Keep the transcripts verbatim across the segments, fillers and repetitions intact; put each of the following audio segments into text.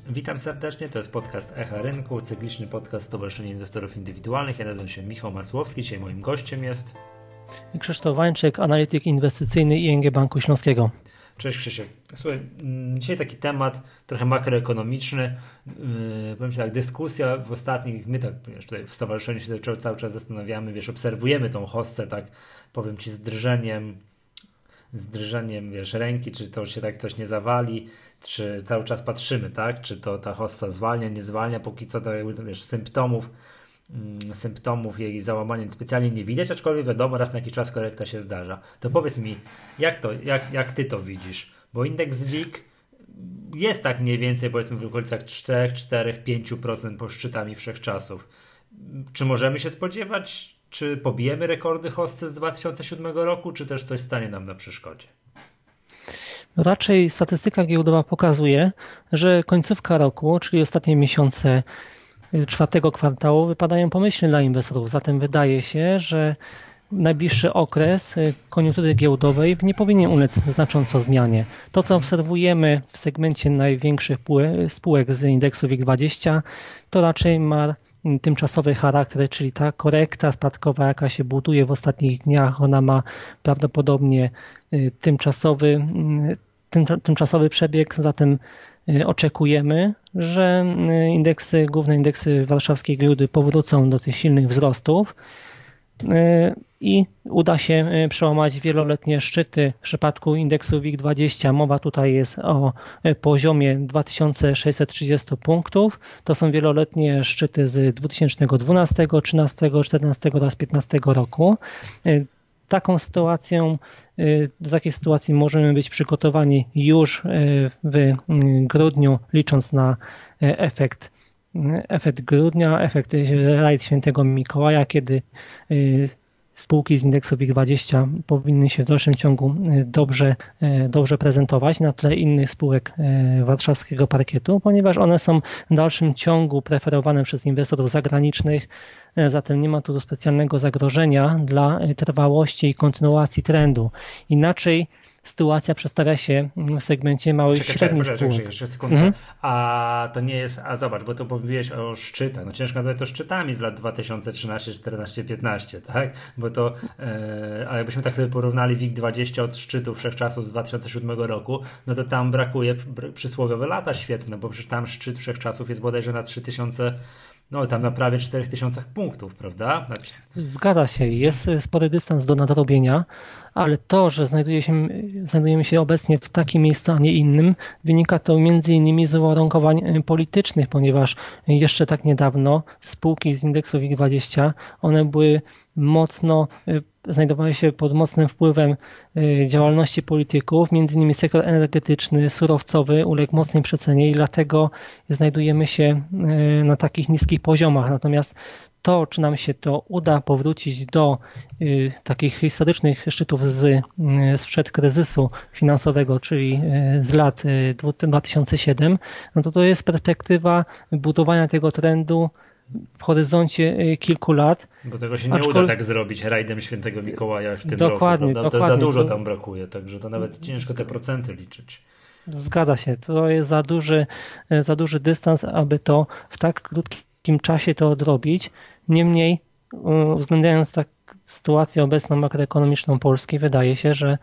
Witam serdecznie, to jest podcast Echa Rynku, cykliczny podcast Stowarzyszenia Inwestorów Indywidualnych. Ja nazywam się Michał Masłowski, dzisiaj moim gościem jest Krzysztof Wańczyk, analityk inwestycyjny I N G Banku Śląskiego. Cześć Krzysiek. Słuchaj, dzisiaj taki temat trochę makroekonomiczny. Yy, powiem Ci tak, dyskusja w ostatnich, my tak wiesz, tutaj w stowarzyszeniu się cały, cały czas zastanawiamy, wiesz, obserwujemy tą hossę, tak powiem Ci z drżeniem, z drżeniem, wiesz, ręki, czy to się tak coś nie zawali, czy cały czas patrzymy, tak, czy to ta hossa zwalnia, nie zwalnia, póki co to jakby, wiesz, symptomów, mm, symptomów jej załamania specjalnie nie widać, aczkolwiek wiadomo, raz na jakiś czas korekta się zdarza. To powiedz mi, jak to, jak, jak Ty to widzisz? Bo indeks W I G jest tak mniej więcej, powiedzmy, w okolicach cztery, cztery, pięć procent po szczytami wszechczasów. Czy możemy się spodziewać, czy pobijemy rekordy hossy z dwa tysiące siódmego roku, czy też coś stanie nam na przeszkodzie? Raczej statystyka giełdowa pokazuje, że końcówka roku, czyli ostatnie miesiące czwartego kwartału wypadają pomyślnie dla inwestorów. Zatem wydaje się, że najbliższy okres koniunktury giełdowej nie powinien ulec znacząco zmianie. To, co obserwujemy w segmencie największych spółek z indeksu W I G dwadzieścia, to raczej ma tymczasowy charakter, czyli ta korekta spadkowa, jaka się buduje w ostatnich dniach, ona ma prawdopodobnie tymczasowy, tym, tymczasowy przebieg, zatem oczekujemy, że indeksy, główne indeksy warszawskiej giełdy powrócą do tych silnych wzrostów i uda się przełamać wieloletnie szczyty. W przypadku indeksu W I G dwadzieścia mowa tutaj jest o poziomie dwa tysiące sześćset trzydzieści punktów. To są wieloletnie szczyty z dwa tysiące dwunastego, trzynastego, czternastego oraz piętnastego roku. Taką sytuacją, do takiej sytuacji możemy być przygotowani już w grudniu, licząc na efekt efekt grudnia, efekt rajd Świętego Mikołaja, kiedy spółki z indeksu W I G dwadzieścia powinny się w dalszym ciągu dobrze, dobrze prezentować na tle innych spółek warszawskiego parkietu, ponieważ one są w dalszym ciągu preferowane przez inwestorów zagranicznych, zatem nie ma tu specjalnego zagrożenia dla trwałości i kontynuacji trendu. Inaczej sytuacja przedstawia się w segmencie małych i średnich spółek. Czekaj, jeszcze sekundkę. Mhm. A to nie jest, a zobacz, bo to mówiłeś o szczytach. No ciężko nazwać to szczytami z lat dwa tysiące trzynaście, czternaście, piętnaście, tak? Bo to, e, a jakbyśmy tak sobie porównali W I G dwadzieścia od szczytu wszechczasów z dwa tysiące siódmego roku, no to tam brakuje przysłowiowe lata świetne, bo przecież tam szczyt wszechczasów jest bodajże na trzy tysiące, no tam na prawie cztery tysiące punktów, prawda? Znaczy... Zgadza się, jest spory dystans do nadrobienia, ale to, że znajduje się, znajdujemy się obecnie w takim miejscu, a nie innym, wynika to między innymi z uwarunkowań politycznych, ponieważ jeszcze tak niedawno spółki z indeksu W I G dwadzieścia, one były mocno, znajdowały się pod mocnym wpływem działalności polityków, między innymi sektor energetyczny, surowcowy uległ mocnej przecenie i dlatego znajdujemy się na takich niskich poziomach. Natomiast to, czy nam się to uda powrócić do y, takich historycznych szczytów z, y, sprzed kryzysu finansowego, czyli y, z lat y, dwa tysiące siódmego, no to to jest perspektywa budowania tego trendu w horyzoncie y, kilku lat. Bo tego się nie Aczkol... uda tak zrobić rajdem Świętego Mikołaja w tym dokładnie, roku. Dokładnie. To za dużo tam brakuje, także to nawet ciężko te procenty liczyć. Zgadza się, to jest za duży, za duży dystans, aby to w tak krótkim czasie to odrobić. Niemniej, uwzględniając tak sytuację obecną makroekonomiczną Polski, wydaje się, że,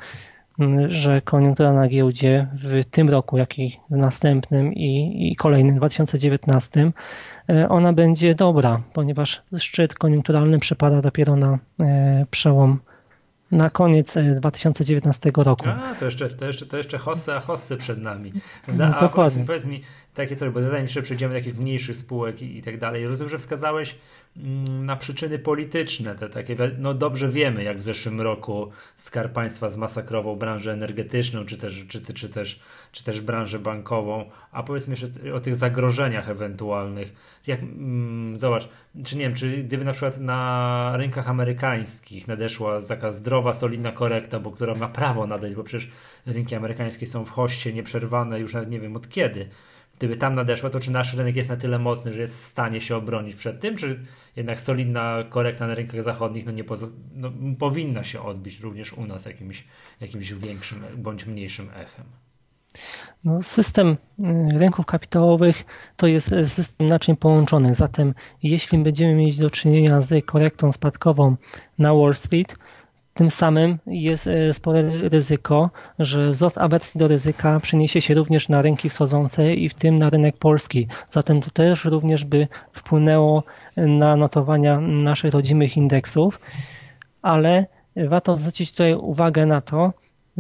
że koniunktura na giełdzie w tym roku, jak i w następnym i, i kolejnym dwa tysiące dziewiętnastym, ona będzie dobra, ponieważ szczyt koniunkturalny przypada dopiero na przełom na koniec dwa tysiące dziewiętnastego roku. A, to jeszcze, to jeszcze, to jeszcze hossy, a hossy przed nami. No, a dokładnie. Powiedz mi takie coś, bo zanim jeszcze przejdziemy do jakichś mniejszych spółek i, i tak dalej. Rozumiem, że wskazałeś mm, na przyczyny polityczne, te takie, no dobrze wiemy, jak w zeszłym roku Skarb Państwa zmasakrował branżę energetyczną, czy też, czy, czy, czy, też, czy też branżę bankową. A powiedz mi jeszcze o tych zagrożeniach ewentualnych. Jak, mm, zobacz, czy nie wiem, czy gdyby na przykład na rynkach amerykańskich nadeszła taka zdrowa, solidna korekta, bo która ma prawo nadejść, bo przecież rynki amerykańskie są w hossie nieprzerwane już nawet nie wiem od kiedy. Gdyby tam nadeszła, to czy nasz rynek jest na tyle mocny, że jest w stanie się obronić przed tym, czy jednak solidna korekta na rynkach zachodnich no nie pozo- no, powinna się odbić również u nas jakimś, jakimś większym bądź mniejszym echem? No, system rynków kapitałowych to jest system naczyń połączonych, zatem jeśli będziemy mieć do czynienia z korektą spadkową na Wall Street, tym samym jest spore ryzyko, że wzrost awersji do ryzyka przeniesie się również na rynki wschodzące i w tym na rynek polski. Zatem to też również by wpłynęło na notowania naszych rodzimych indeksów, ale warto zwrócić tutaj uwagę na to,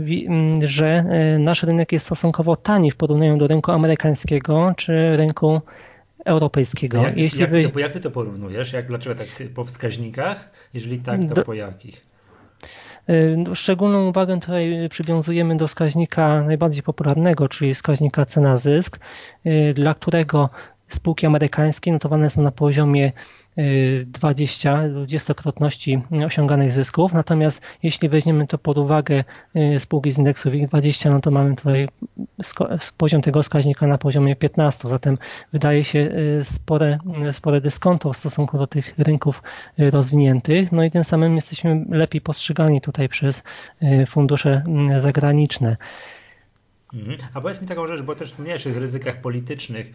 że nasz rynek jest stosunkowo tani w porównaniu do rynku amerykańskiego czy rynku europejskiego. Jak ty, Jeśli jak, wy... ty to, jak ty to porównujesz? Jak, dlaczego tak po wskaźnikach? Jeżeli tak, to do... po jakich? Szczególną uwagę tutaj przywiązujemy do wskaźnika najbardziej popularnego, czyli wskaźnika cena-zysk, dla którego spółki amerykańskie notowane są na poziomie dwadzieścia, dwudziestokrotności osiąganych zysków, natomiast jeśli weźmiemy to pod uwagę spółki z indeksu W I G dwadzieścia, no to mamy tutaj poziom tego wskaźnika na poziomie piętnaście, zatem wydaje się spore, spore dyskonto w stosunku do tych rynków rozwiniętych, no i tym samym jesteśmy lepiej postrzegani tutaj przez fundusze zagraniczne. A powiedz mi taką rzecz, bo też wspomniałeś o tych ryzykach politycznych.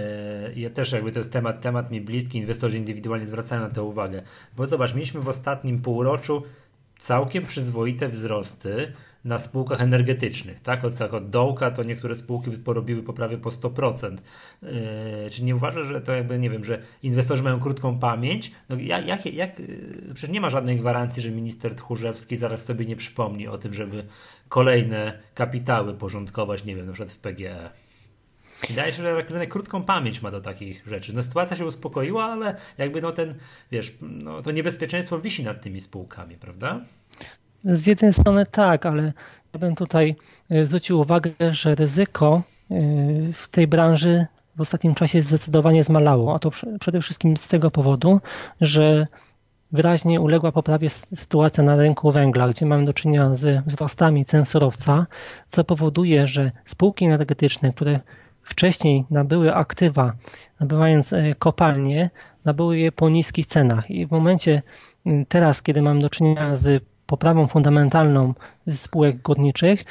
Ja też jakby to jest temat, temat mi bliski, inwestorzy indywidualnie zwracają na to uwagę. Bo zobacz, mieliśmy w ostatnim półroczu całkiem przyzwoite wzrosty na spółkach energetycznych, tak? Od, tak, od dołka to niektóre spółki porobiły po prawie po sto procent. Yy, czy nie uważasz, że to jakby, nie wiem, że inwestorzy mają krótką pamięć? No, jak, jak, jak, yy, przecież nie ma żadnej gwarancji, że minister Tchórzewski zaraz sobie nie przypomni o tym, żeby kolejne kapitały porządkować, nie wiem, na przykład w P G E. Wydaje się, że rynek krótką pamięć ma do takich rzeczy. No, sytuacja się uspokoiła, ale jakby no ten, wiesz, no, to niebezpieczeństwo wisi nad tymi spółkami, prawda? Z jednej strony tak, ale ja bym tutaj zwrócił uwagę, że ryzyko w tej branży w ostatnim czasie zdecydowanie zmalało, a to przede wszystkim z tego powodu, że wyraźnie uległa poprawie sytuacja na rynku węgla, gdzie mamy do czynienia z wzrostami cen surowca, co powoduje, że spółki energetyczne, które wcześniej nabyły aktywa, nabywając kopalnie, nabyły je po niskich cenach i w momencie teraz, kiedy mamy do czynienia z poprawą fundamentalną spółek górniczych,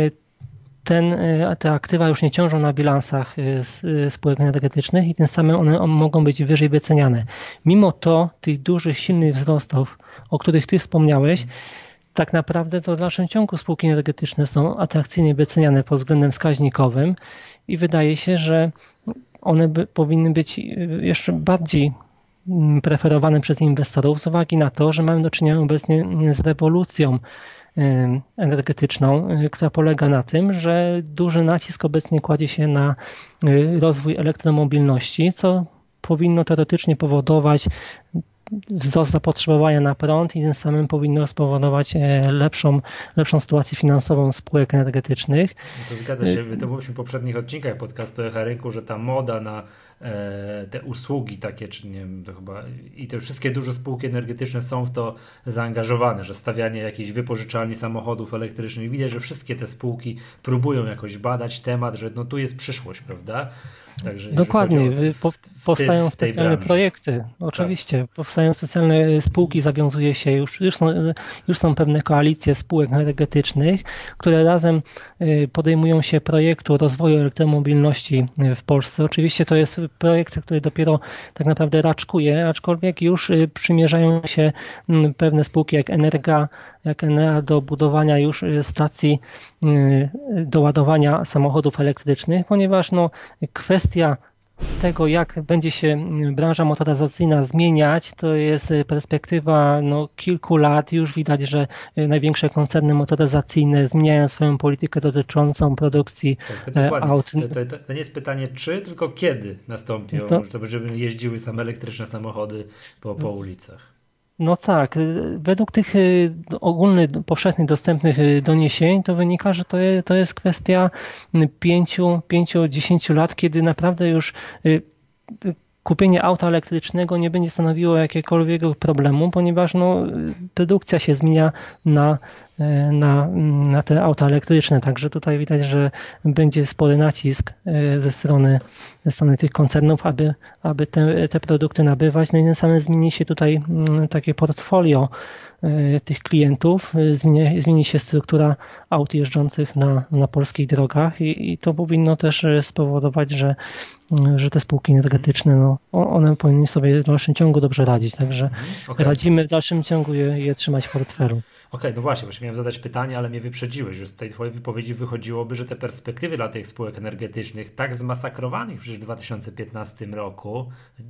ten, te aktywa już nie ciążą na bilansach spółek energetycznych i tym samym one mogą być wyżej wyceniane. Mimo to tych dużych, silnych wzrostów, o których Ty wspomniałeś, tak naprawdę to w dalszym ciągu spółki energetyczne są atrakcyjnie wyceniane pod względem wskaźnikowym i wydaje się, że one by, powinny być jeszcze bardziej preferowane przez inwestorów z uwagi na to, że mamy do czynienia obecnie z rewolucją energetyczną, która polega na tym, że duży nacisk obecnie kładzie się na rozwój elektromobilności, co powinno teoretycznie powodować wzrost zapotrzebowania na prąd i tym samym powinno spowodować lepszą, lepszą sytuację finansową spółek energetycznych. No to zgadza się. To mówiliśmy w poprzednich odcinkach podcastu Echa Rynku, że ta moda na e, te usługi takie, czy nie wiem, to chyba i te wszystkie duże spółki energetyczne są w to zaangażowane, że stawianie jakiejś wypożyczalni samochodów elektrycznych. Widać, że wszystkie te spółki próbują jakoś badać temat, że no tu jest przyszłość, prawda? Także dokładnie, to, w, w powstają tej, w specjalne projekty, oczywiście, tak. Powstają specjalne spółki, zawiązuje się, już, już, są, już są pewne koalicje spółek energetycznych, które razem podejmują się projektu rozwoju elektromobilności w Polsce. Oczywiście to jest projekt, który dopiero tak naprawdę raczkuje, aczkolwiek już przymierzają się pewne spółki jak Energa, jak Enea do budowania już stacji do ładowania samochodów elektrycznych, ponieważ no, kwestia tego, jak będzie się branża motoryzacyjna zmieniać, to jest perspektywa no, kilku lat. Już widać, że największe koncerny motoryzacyjne zmieniają swoją politykę dotyczącą produkcji tak, aut. To, to, to nie jest pytanie czy, tylko kiedy nastąpią, to, to żeby jeździły same elektryczne samochody po, po ulicach. No tak, według tych ogólnych, powszechnych, dostępnych doniesień to wynika, że to jest, to jest kwestia pięciu, pięciu, dziesięciu lat, kiedy naprawdę już kupienie auta elektrycznego nie będzie stanowiło jakiegokolwiek problemu, ponieważ no, produkcja się zmienia na na, na te auta elektryczne. Także tutaj widać, że będzie spory nacisk ze strony, ze strony tych koncernów, aby, aby te, te produkty nabywać. No i tym samym zmieni się tutaj takie portfolio tych klientów, zmieni, zmieni się struktura aut jeżdżących na, na polskich drogach i, i to powinno też spowodować, że, że te spółki energetyczne, no, one powinny sobie w dalszym ciągu dobrze radzić, także okay. Radzimy w dalszym ciągu je, je trzymać w portfelu. Okej, okay, no właśnie, właśnie miałem zadać pytanie, ale mnie wyprzedziłeś, że z tej twojej wypowiedzi wychodziłoby, że te perspektywy dla tych spółek energetycznych, tak zmasakrowanych przecież w dwa tysiące piętnastym roku,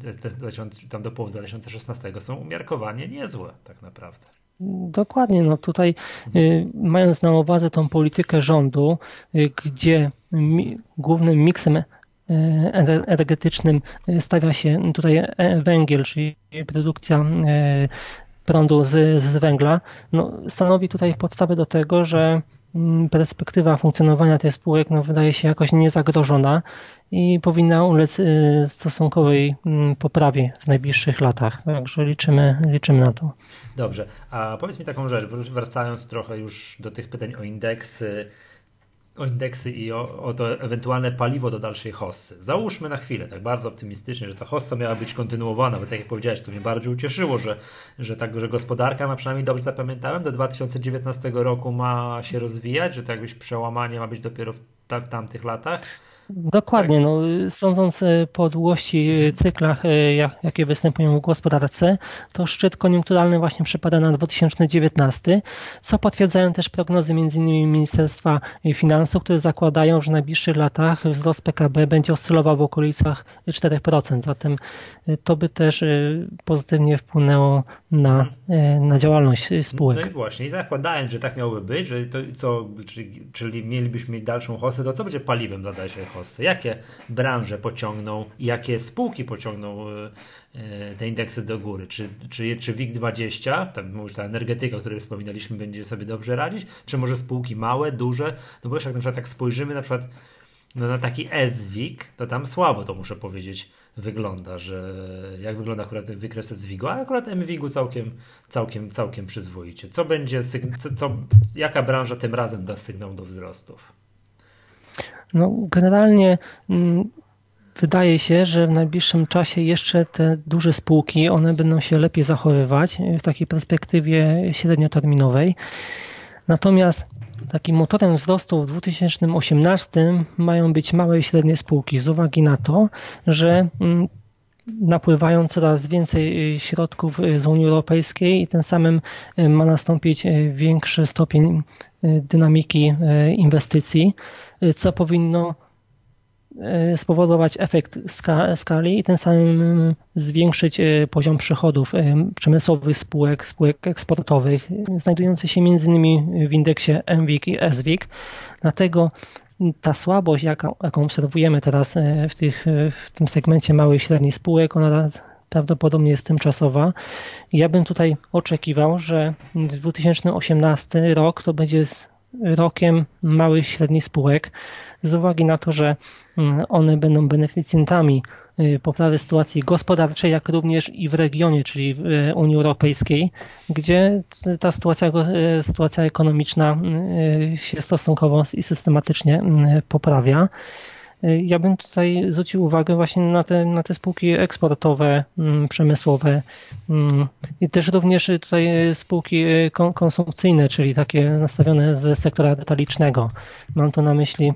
tam do połowy dwa tysiące szesnastego są umiarkowanie niezłe tak naprawdę. Dokładnie, no tutaj y, mając na uwadze tą politykę rządu, y, gdzie mi, głównym miksem y, energetycznym stawia się tutaj węgiel, czyli produkcja y, prądu z, z węgla, no, stanowi tutaj podstawę do tego, że perspektywa funkcjonowania tych spółek no, wydaje się jakoś niezagrożona i powinna ulec stosunkowej poprawie w najbliższych latach. Także liczymy, liczymy na to. Dobrze, a powiedz mi taką rzecz, wracając trochę już do tych pytań o indeksy, o indeksy i o, o to ewentualne paliwo do dalszej hossy. Załóżmy na chwilę, tak bardzo optymistycznie, że ta hossa miała być kontynuowana, bo tak jak powiedziałeś, to mnie bardzo ucieszyło, że, że, tak, że gospodarka ma, przynajmniej dobrze zapamiętałem, do dwa tysiące dziewiętnastego roku ma się rozwijać, że to jakbyś przełamanie ma być dopiero w, w tamtych latach. Dokładnie, tak. No, sądząc po długości cyklach, jakie występują w gospodarce, to szczyt koniunkturalny właśnie przypada na dwa tysiące dziewiętnasty, co potwierdzają też prognozy między innymi Ministerstwa Finansów, które zakładają, że w najbliższych latach wzrost P K B będzie oscylował w okolicach cztery procent. Zatem to by też pozytywnie wpłynęło na, na działalność spółek. No i właśnie, i zakładając, że tak miałoby być, że to co, czyli, czyli mielibyśmy mieć dalszą hossę, to co będzie paliwem dla dalszej hossy? Jakie branże pociągną, jakie spółki pociągną te indeksy do góry? Czy, czy, czy WIG dwadzieścia, tam już ta energetyka, o której wspominaliśmy, będzie sobie dobrze radzić? Czy może spółki małe, duże? No bo już jak na przykład tak spojrzymy na przykład no na taki S W I G, to tam słabo to muszę powiedzieć wygląda, że jak wygląda akurat wykres S W I G-u, a akurat M W I G-u całkiem, całkiem, całkiem przyzwoicie. Co będzie, co, co, jaka branża tym razem da sygnał do wzrostów? No, generalnie m, wydaje się, że w najbliższym czasie jeszcze te duże spółki, one będą się lepiej zachowywać w takiej perspektywie średnioterminowej. Natomiast takim motorem wzrostu w dwa tysiące osiemnastym mają być małe i średnie spółki z uwagi na to, że m, napływają coraz więcej środków z Unii Europejskiej i tym samym ma nastąpić większy stopień dynamiki inwestycji, co powinno spowodować efekt skali i tym samym zwiększyć poziom przychodów przemysłowych spółek, spółek eksportowych, znajdujących się między innymi w indeksie M W I G i S W I G. Dlatego ta słabość, jaką, jaką obserwujemy teraz w, tych, w tym segmencie małych i średnich spółek, ona prawdopodobnie jest tymczasowa. Ja bym tutaj oczekiwał, że dwa tysiące osiemnasty rok to będzie rokiem małych i średnich spółek z uwagi na to, że one będą beneficjentami poprawy sytuacji gospodarczej, jak również i w regionie, czyli w Unii Europejskiej, gdzie ta sytuacja, sytuacja ekonomiczna się stosunkowo i systematycznie poprawia. Ja bym tutaj zwrócił uwagę właśnie na te, na te spółki eksportowe, przemysłowe i też również tutaj spółki konsumpcyjne, czyli takie nastawione ze sektora detalicznego. Mam tu na myśli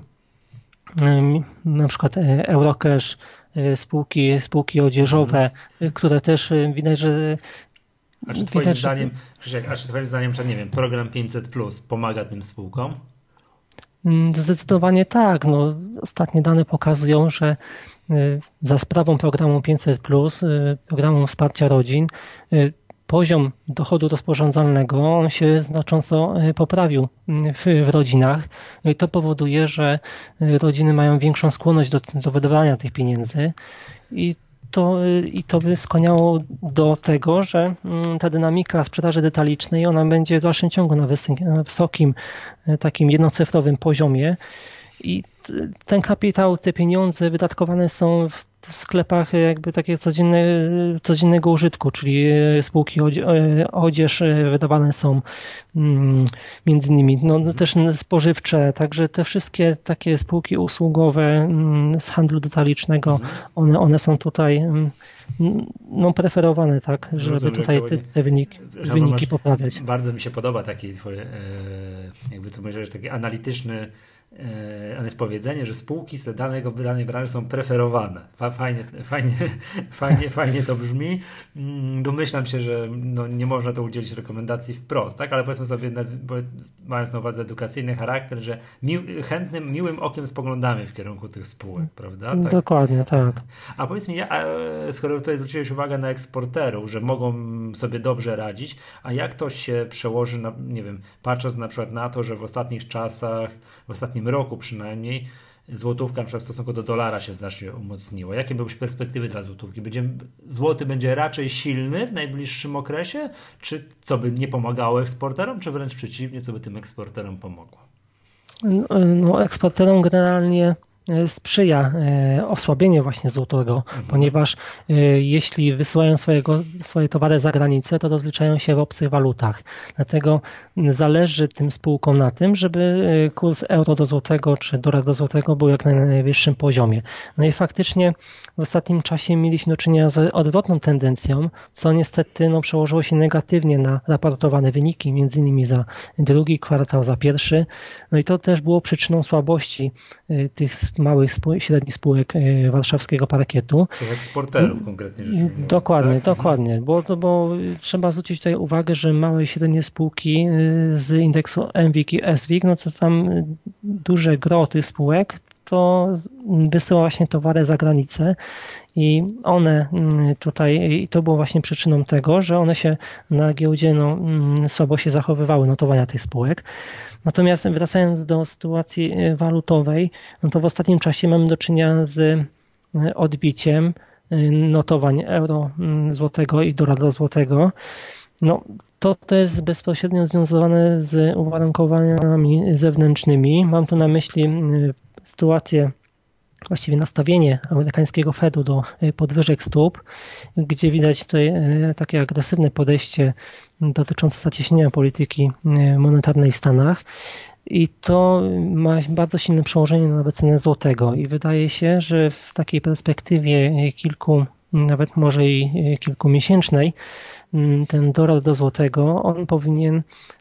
na przykład Eurocash, spółki, spółki odzieżowe, hmm. które też widać, że A czy twoim widać, zdaniem, Krzysiek, a czy twoim zdaniem, czy nie wiem, program pięćset plus pomaga tym spółkom? Zdecydowanie tak. No, ostatnie dane pokazują, że za sprawą programu pięćset plus, programu wsparcia rodzin, poziom dochodu rozporządzalnego on się znacząco poprawił w, w rodzinach. I to powoduje, że rodziny mają większą skłonność do, do wydawania tych pieniędzy i to, i to by skłaniało do tego, że ta dynamika sprzedaży detalicznej ona będzie w dalszym ciągu na, wysy, na wysokim, takim jednocyfrowym poziomie i ten kapitał, te pieniądze wydatkowane są w w sklepach jakby takie codzienne, codziennego użytku, czyli spółki odzież wydawane są między innymi no, też spożywcze, także te wszystkie takie spółki usługowe z handlu detalicznego, one, one są tutaj no, preferowane, tak, żeby Rozumiem, tutaj te, te wyniki, wyniki poprawiać. Bardzo mi się podoba taki twój, jakby co mówisz, taki analityczny powiedzenie, że spółki z danego, danej branży są preferowane. Fajnie, fajnie, fajnie, fajnie to brzmi. Domyślam się, że no nie można to udzielić rekomendacji wprost, tak? Ale powiedzmy sobie, mając na uwadze edukacyjny charakter, że mi, chętnym, miłym okiem spoglądamy w kierunku tych spółek, prawda? Tak? Dokładnie, tak. A powiedz mi, a skoro tutaj zwróciłeś uwagę na eksporterów, że mogą sobie dobrze radzić, a jak to się przełoży na, nie wiem, patrząc na przykład na to, że w ostatnich czasach, w ostatnim roku przynajmniej, złotówka na przykład w stosunku do dolara się znacznie umocniła. Jakie były perspektywy dla złotówki? Będzie, złoty będzie raczej silny w najbliższym okresie? Czy co by nie pomagało eksporterom, czy wręcz przeciwnie, co by tym eksporterom pomogło? No, eksporterom generalnie sprzyja osłabienie właśnie złotego, mhm. ponieważ jeśli wysyłają swojego, swoje towary za granicę, to rozliczają się w obcych walutach. Dlatego zależy tym spółkom na tym, żeby kurs euro do złotego czy dolar do złotego był jak na najwyższym poziomie. No i faktycznie w ostatnim czasie mieliśmy do czynienia z odwrotną tendencją, co niestety no, przełożyło się negatywnie na raportowane wyniki, między innymi za drugi kwartał, za pierwszy. No i to też było przyczyną słabości tych małych i średnich spółek warszawskiego parkietu. Tych eksporterów konkretnie rzecz ujmując. Dokładnie, tak? dokładnie, bo, bo trzeba zwrócić tutaj uwagę, że małe i średnie spółki z indeksu M WIG i S WIG, no to tam duże gro tych spółek to wysyła właśnie towary za granicę i one tutaj, i to było właśnie przyczyną tego, że one się na giełdzie no, słabo się zachowywały, notowania tych spółek. Natomiast wracając do sytuacji walutowej, no to w ostatnim czasie mamy do czynienia z odbiciem notowań euro złotego i dolara do złotego. No, to, to jest bezpośrednio związane z uwarunkowaniami zewnętrznymi. Mam tu na myśli sytuację, właściwie nastawienie amerykańskiego Fedu do podwyżek stóp, gdzie widać tutaj takie agresywne podejście dotyczące zacieśnienia polityki monetarnej w Stanach i to ma bardzo silne przełożenie na cenę złotego i wydaje się, że w takiej perspektywie kilku, nawet może i kilkumiesięcznej, ten dolar do złotego, on powinien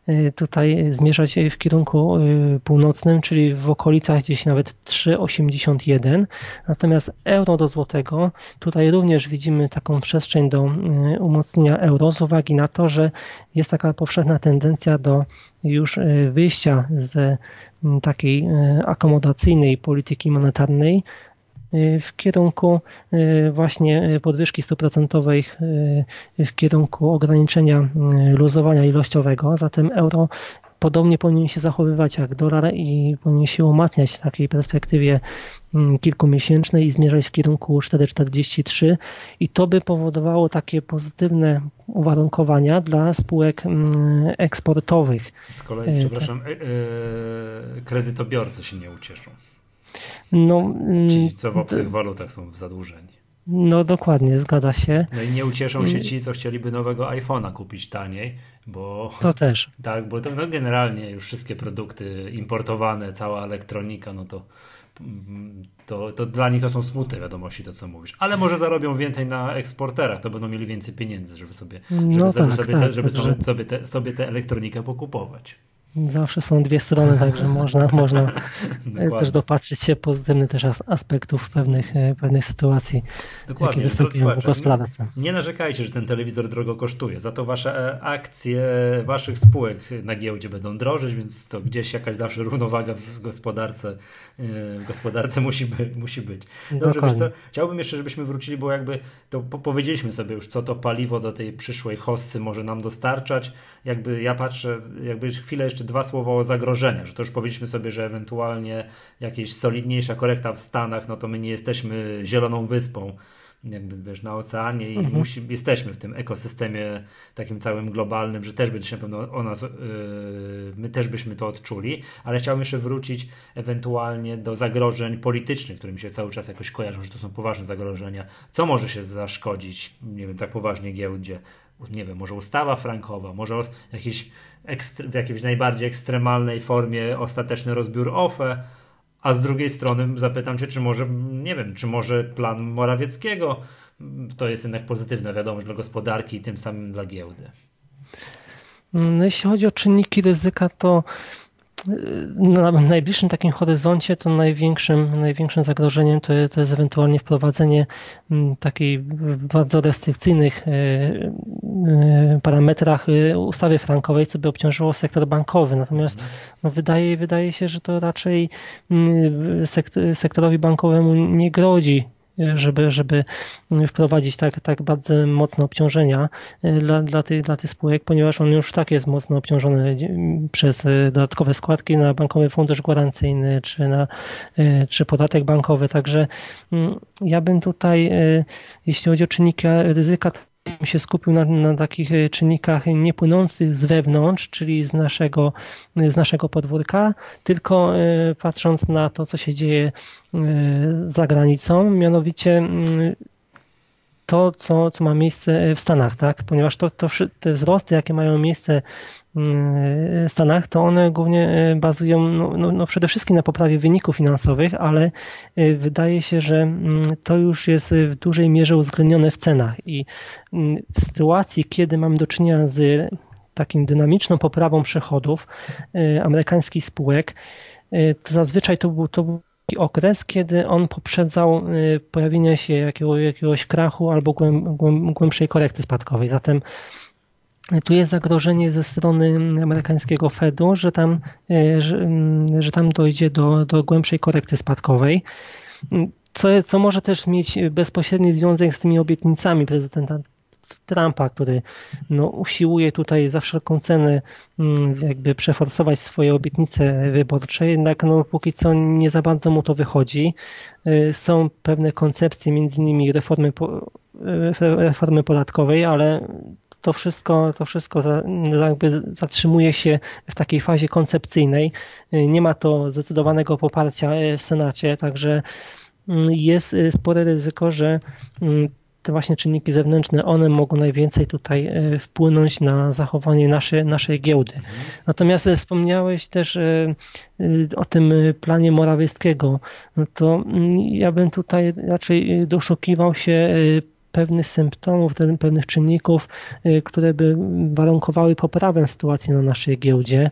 tutaj zmierzać w kierunku północnym, czyli w okolicach gdzieś nawet trzy osiemdziesiąt jeden. Natomiast euro do złotego, tutaj również widzimy taką przestrzeń do umocnienia euro z uwagi na to, że jest taka powszechna tendencja do już wyjścia z takiej akomodacyjnej polityki monetarnej w kierunku właśnie podwyżki stóp procentowych, w kierunku ograniczenia luzowania ilościowego. Zatem euro podobnie powinien się zachowywać jak dolar i powinien się umacniać w takiej perspektywie kilkumiesięcznej i zmierzać w kierunku cztery czterdzieści trzy i to by powodowało takie pozytywne uwarunkowania dla spółek eksportowych. Z kolei, przepraszam, kredytobiorcy się nie ucieszą. No, ci, co w obcych walutach są zadłużeni. No dokładnie, zgadza się. No i nie ucieszą się ci, co chcieliby nowego iPhone'a kupić taniej, bo... To też. Tak, bo to no generalnie już wszystkie produkty importowane, cała elektronika, no to, to, to dla nich to są smutne wiadomości, to co mówisz. Ale może zarobią więcej na eksporterach, to będą mieli więcej pieniędzy, żeby sobie, żeby no sobie, tak, sobie, tak, te, żeby także... sobie, te, sobie tę elektronikę pokupować. Zawsze są dwie strony, także można, można też dopatrzyć się pozytywnych też aspektów pewnych, pewnych sytuacji, Dokładnie. jakie występują w gospodarce. Nie, nie narzekajcie, że ten telewizor drogo kosztuje. Za to wasze akcje waszych spółek na giełdzie będą drożyć, więc to gdzieś jakaś zawsze równowaga w gospodarce, w gospodarce musi, by, musi być. Dobrze, wiesz co? Chciałbym jeszcze, żebyśmy wrócili, bo jakby to powiedzieliśmy sobie już, co to paliwo do tej przyszłej hossy może nam dostarczać. Jakby ja patrzę, jakby chwilę jeszcze dwa słowa o zagrożeniach, że to już powiedzieliśmy sobie, że ewentualnie jakaś solidniejsza korekta w Stanach, no to my nie jesteśmy zieloną wyspą, jakby wiesz, na oceanie i Mhm. musi, jesteśmy w tym ekosystemie takim całym globalnym, że też by się na pewno o nas, yy, my też byśmy to odczuli, ale chciałbym jeszcze wrócić ewentualnie do zagrożeń politycznych, którymi się cały czas jakoś kojarzą, że to są poważne zagrożenia. Co może się zaszkodzić, nie wiem, tak poważnie giełdzie? Nie wiem, może ustawa frankowa, może jakiś ekstr- w jakiejś najbardziej ekstremalnej formie ostateczny rozbiór O F E, a z drugiej strony zapytam cię, czy może, nie wiem, czy może plan Morawieckiego to jest jednak pozytywna wiadomość dla gospodarki i tym samym dla giełdy. No, jeśli chodzi o czynniki ryzyka, to na najbliższym takim horyzoncie to największym, największym zagrożeniem to jest, to jest ewentualnie wprowadzenie takiej bardzo restrykcyjnych parametrach ustawy frankowej, co by obciążyło sektor bankowy. Natomiast no, wydaje, wydaje się, że to raczej sektorowi bankowemu nie grozi, żeby, żeby wprowadzić tak, tak bardzo mocne obciążenia dla, dla, tych, dla tych spółek, ponieważ on już tak jest mocno obciążony przez dodatkowe składki na bankowy fundusz gwarancyjny czy na czy podatek bankowy. Także ja bym tutaj, jeśli chodzi o czynniki ryzyka, się skupił na, na takich czynnikach nie płynących z wewnątrz, czyli z naszego, z naszego podwórka, tylko patrząc na to, co się dzieje za granicą, mianowicie to, co, co ma miejsce w Stanach, tak? Ponieważ to, to, te wzrosty, jakie mają miejsce w Stanach, to one głównie bazują no, no, no przede wszystkim na poprawie wyników finansowych, ale wydaje się, że to już jest w dużej mierze uwzględnione w cenach i w sytuacji, kiedy mamy do czynienia z takim dynamiczną poprawą przychodów amerykańskich spółek, to zazwyczaj to był, to był taki okres, kiedy on poprzedzał pojawienie się jakiegoś, jakiegoś krachu albo głęb, głęb, głębszej korekty spadkowej. Zatem tu jest zagrożenie ze strony amerykańskiego Fedu, że tam, że, że tam dojdzie do, do głębszej korekty spadkowej, co, co może też mieć bezpośredni związek z tymi obietnicami prezydenta Trumpa, który no, usiłuje tutaj za wszelką cenę jakby przeforsować swoje obietnice wyborcze, jednak no, póki co nie za bardzo mu to wychodzi. Są pewne koncepcje, między innymi reformy, reformy podatkowej, ale to wszystko, to wszystko jakby zatrzymuje się w takiej fazie koncepcyjnej. Nie ma to zdecydowanego poparcia w Senacie, także jest spore ryzyko, że te właśnie czynniki zewnętrzne, one mogą najwięcej tutaj wpłynąć na zachowanie naszej, naszej giełdy. Natomiast wspomniałeś też o tym planie Morawieckiego. No to ja bym tutaj raczej doszukiwał się pewnych symptomów, pewnych czynników, które by warunkowały poprawę sytuacji na naszej giełdzie.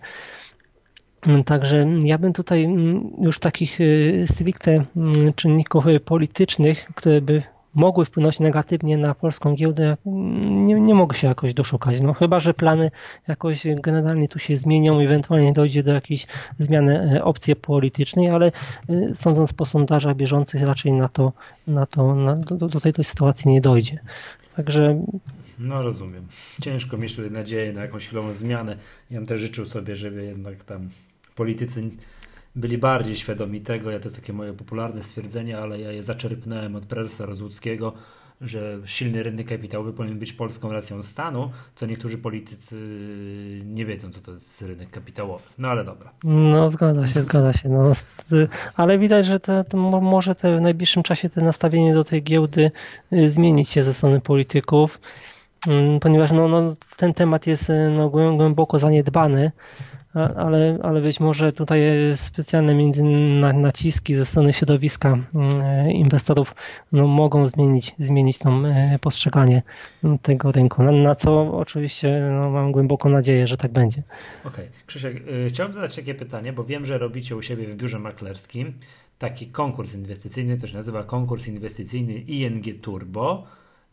Także ja bym tutaj już takich stricte czynników politycznych, które by mogły wpłynąć negatywnie na polską giełdę, nie, nie mogę się jakoś doszukać. No chyba że plany jakoś generalnie tu się zmienią, ewentualnie dojdzie do jakiejś zmiany opcji politycznej, ale sądząc po sondażach bieżących raczej na to, na to na, do, do tej, tej sytuacji nie dojdzie. Także no rozumiem. Ciężko mieć tutaj nadzieję na jakąś chwilową zmianę. Ja bym też życzył sobie, żeby jednak tam politycy byli bardziej świadomi tego, ja to jest takie moje popularne stwierdzenie, ale ja je zaczerpnąłem od prezesa Rozłuckiego, że silny rynek kapitałowy powinien być polską racją stanu, co niektórzy politycy nie wiedzą, co to jest rynek kapitałowy. No ale dobra. No zgadza się, zgadza się. No, ale widać, że to, to może te w najbliższym czasie to nastawienie do tej giełdy zmienić się ze strony polityków, ponieważ no, no, ten temat jest no, głęboko zaniedbany. Ale, ale być może tutaj specjalne między naciski ze strony środowiska inwestorów no, mogą zmienić, zmienić tą postrzeganie tego rynku. Na, na co oczywiście no, mam głęboką nadzieję, że tak będzie. Okej. Okay. Krzysiek, y, chciałbym zadać takie pytanie, bo wiem, że robicie u siebie w biurze maklerskim taki konkurs inwestycyjny, to się nazywa konkurs inwestycyjny I N G Turbo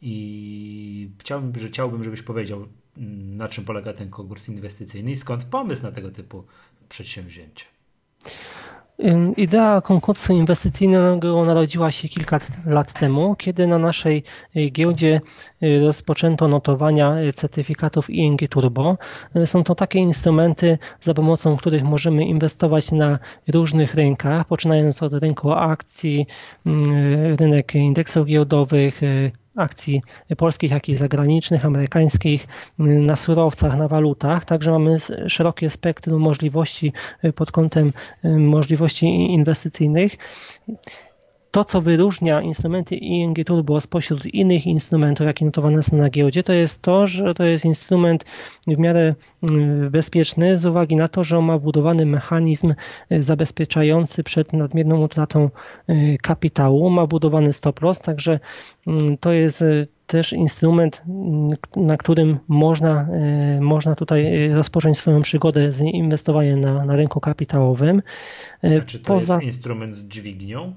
i chciałbym, że chciałbym, żebyś powiedział, na czym polega ten konkurs inwestycyjny i skąd pomysł na tego typu przedsięwzięcie? Idea konkursu inwestycyjnego narodziła się kilka lat temu, kiedy na naszej giełdzie rozpoczęto notowania certyfikatów I N G Turbo. Są to takie instrumenty, za pomocą których możemy inwestować na różnych rynkach, poczynając od rynku akcji, rynek indeksów giełdowych, akcji polskich, jak i zagranicznych, amerykańskich, na surowcach, na walutach. Także mamy szerokie spektrum możliwości pod kątem możliwości inwestycyjnych. To, co wyróżnia instrumenty I N G Turbo spośród innych instrumentów, jakie notowane są na giełdzie, to jest to, że to jest instrument w miarę bezpieczny z uwagi na to, że on ma wbudowany mechanizm zabezpieczający przed nadmierną utratą kapitału, ma wbudowany stop loss, także to jest też instrument, na którym można, można tutaj rozpocząć swoją przygodę z inwestowaniem na, na rynku kapitałowym. A czy to Poza... jest instrument z dźwignią?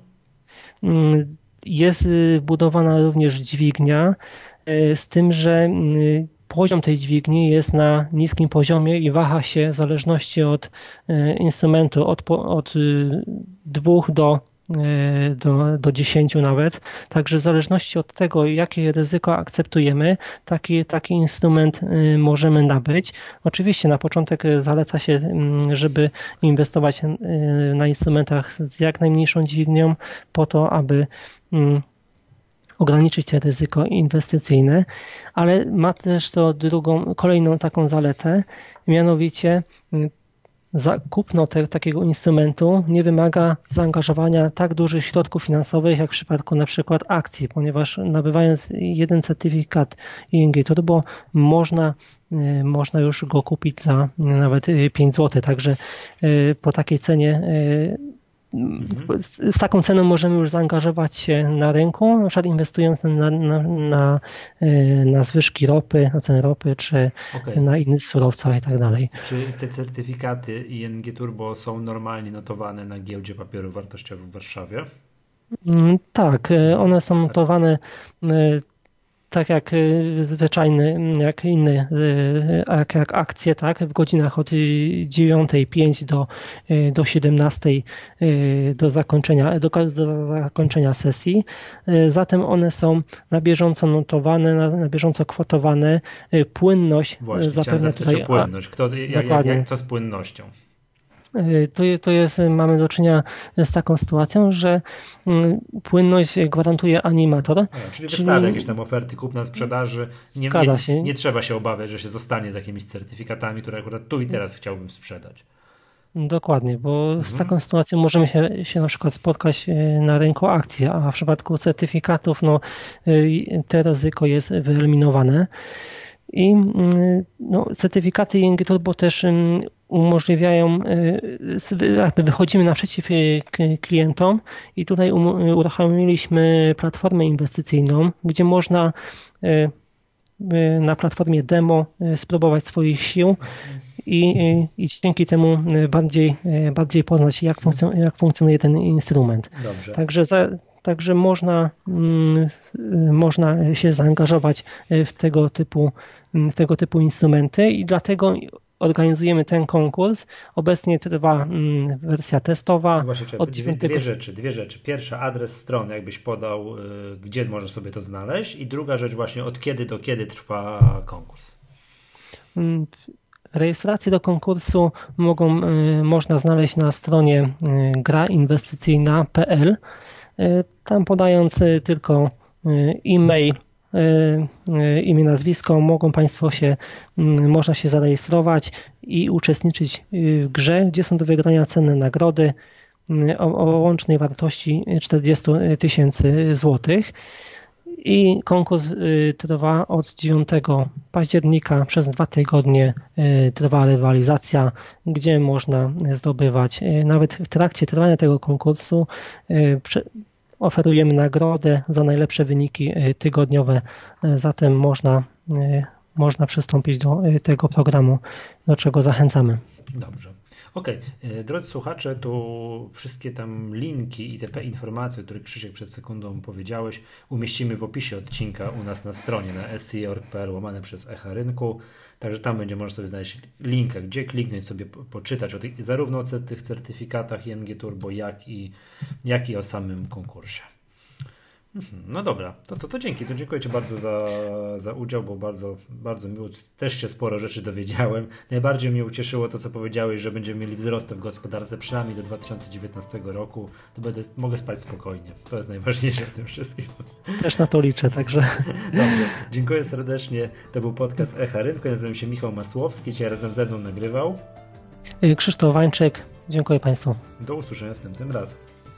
Jest wbudowana również dźwignia, z tym, że poziom tej dźwigni jest na niskim poziomie i waha się w zależności od instrumentu od, od dwóch do Do, do dziesięciu nawet. Także w zależności od tego, jakie ryzyko akceptujemy, taki, taki instrument możemy nabyć. Oczywiście na początek zaleca się, żeby inwestować na instrumentach z jak najmniejszą dźwignią po to, aby ograniczyć ryzyko inwestycyjne, ale ma też to drugą, kolejną taką zaletę, mianowicie kupno te, takiego instrumentu nie wymaga zaangażowania tak dużych środków finansowych, jak w przypadku na przykład akcji, ponieważ nabywając jeden certyfikat I N G Turbo można, można już go kupić za nawet pięć złotych, także po takiej cenie z taką ceną możemy już zaangażować się na rynku, na przykład inwestując na, na, na, na zwyżki ropy, na cenę ropy, czy okay. na innych surowcach i tak dalej. Czy te certyfikaty I N G Turbo są normalnie notowane na giełdzie papierów wartościowych w Warszawie? Tak, one są notowane tak jak zwyczajny, jak inne, jak, jak akcje, tak, w godzinach od dziewiątej pięć do, do siedemnastej do zakończenia, do, do zakończenia sesji. Zatem one są na bieżąco notowane, na, na bieżąco kwotowane. Płynność Właśnie, zapewne tutaj. Płynność. Kto, jak, jak, jak, co z płynnością? To, to jest, mamy do czynienia z taką sytuacją, że płynność gwarantuje animator. A, czyli wystawia jakieś tam oferty kupna, sprzedaży. Nie, Zgadza nie, się. Nie trzeba się obawiać, że się zostanie z jakimiś certyfikatami, które akurat tu i teraz chciałbym sprzedać. Dokładnie, bo mhm. z taką sytuacją możemy się, się na przykład spotkać na rynku akcji, a w przypadku certyfikatów no, to ryzyko jest wyeliminowane. I no, certyfikaty I N G Turbo też umożliwiają, jakby wychodzimy naprzeciw klientom i tutaj uruchomiliśmy platformę inwestycyjną, gdzie można na platformie demo spróbować swoich sił i, i dzięki temu bardziej, bardziej poznać, jak, funkcjon- jak funkcjonuje ten instrument. Dobrze. Także za, Także można, można się zaangażować w tego typu, w tego typu instrumenty i dlatego organizujemy ten konkurs. Obecnie trwa wersja testowa. No właśnie, od dwie, dwie rzeczy, dwie rzeczy. Pierwsza, adres strony, jakbyś podał, gdzie można sobie to znaleźć, i druga rzecz właśnie, od kiedy do kiedy trwa konkurs. Rejestracje do konkursu mogą, można znaleźć na stronie gra inwestycyjna kropka p l. Tam podając tylko e-mail, imię, nazwisko, mogą Państwo się, można się zarejestrować i uczestniczyć w grze, gdzie są do wygrania cenne nagrody o, o łącznej wartości czterdzieści tysięcy złotych. I konkurs trwa od dziewiątego października, przez dwa tygodnie trwa rywalizacja, gdzie można zdobywać, nawet w trakcie trwania tego konkursu oferujemy nagrodę za najlepsze wyniki tygodniowe, zatem można, można przystąpić do tego programu, do czego zachęcamy. Dobrze. Okej, okay. Drodzy słuchacze, tu wszystkie tam linki i te informacje, o których Krzysiek przed sekundą powiedziałeś, umieścimy w opisie odcinka u nas na stronie na s c kropka org kropka p l łamane przez Echa Rynku. Także tam będzie można sobie znaleźć linka, gdzie kliknąć sobie, poczytać o tych, zarówno o tych certyfikatach I N G Turbo, jak i, jak i o samym konkursie. No dobra, to co, to dzięki, to dziękuję Ci bardzo za, za udział, bo bardzo, bardzo miło, też się sporo rzeczy dowiedziałem. Najbardziej mnie ucieszyło to, co powiedziałeś, że będziemy mieli wzrost w gospodarce przynajmniej do dwa tysiące dziewiętnastego roku, to będę, mogę spać spokojnie, to jest najważniejsze w tym wszystkim. Też na to liczę, także... Dobrze, dziękuję serdecznie, to był podcast Echa Rynku, nazywam się Michał Masłowski, dzisiaj razem ze mną nagrywał Krzysztof Wańczek, dziękuję Państwu. Do usłyszenia następnym razem.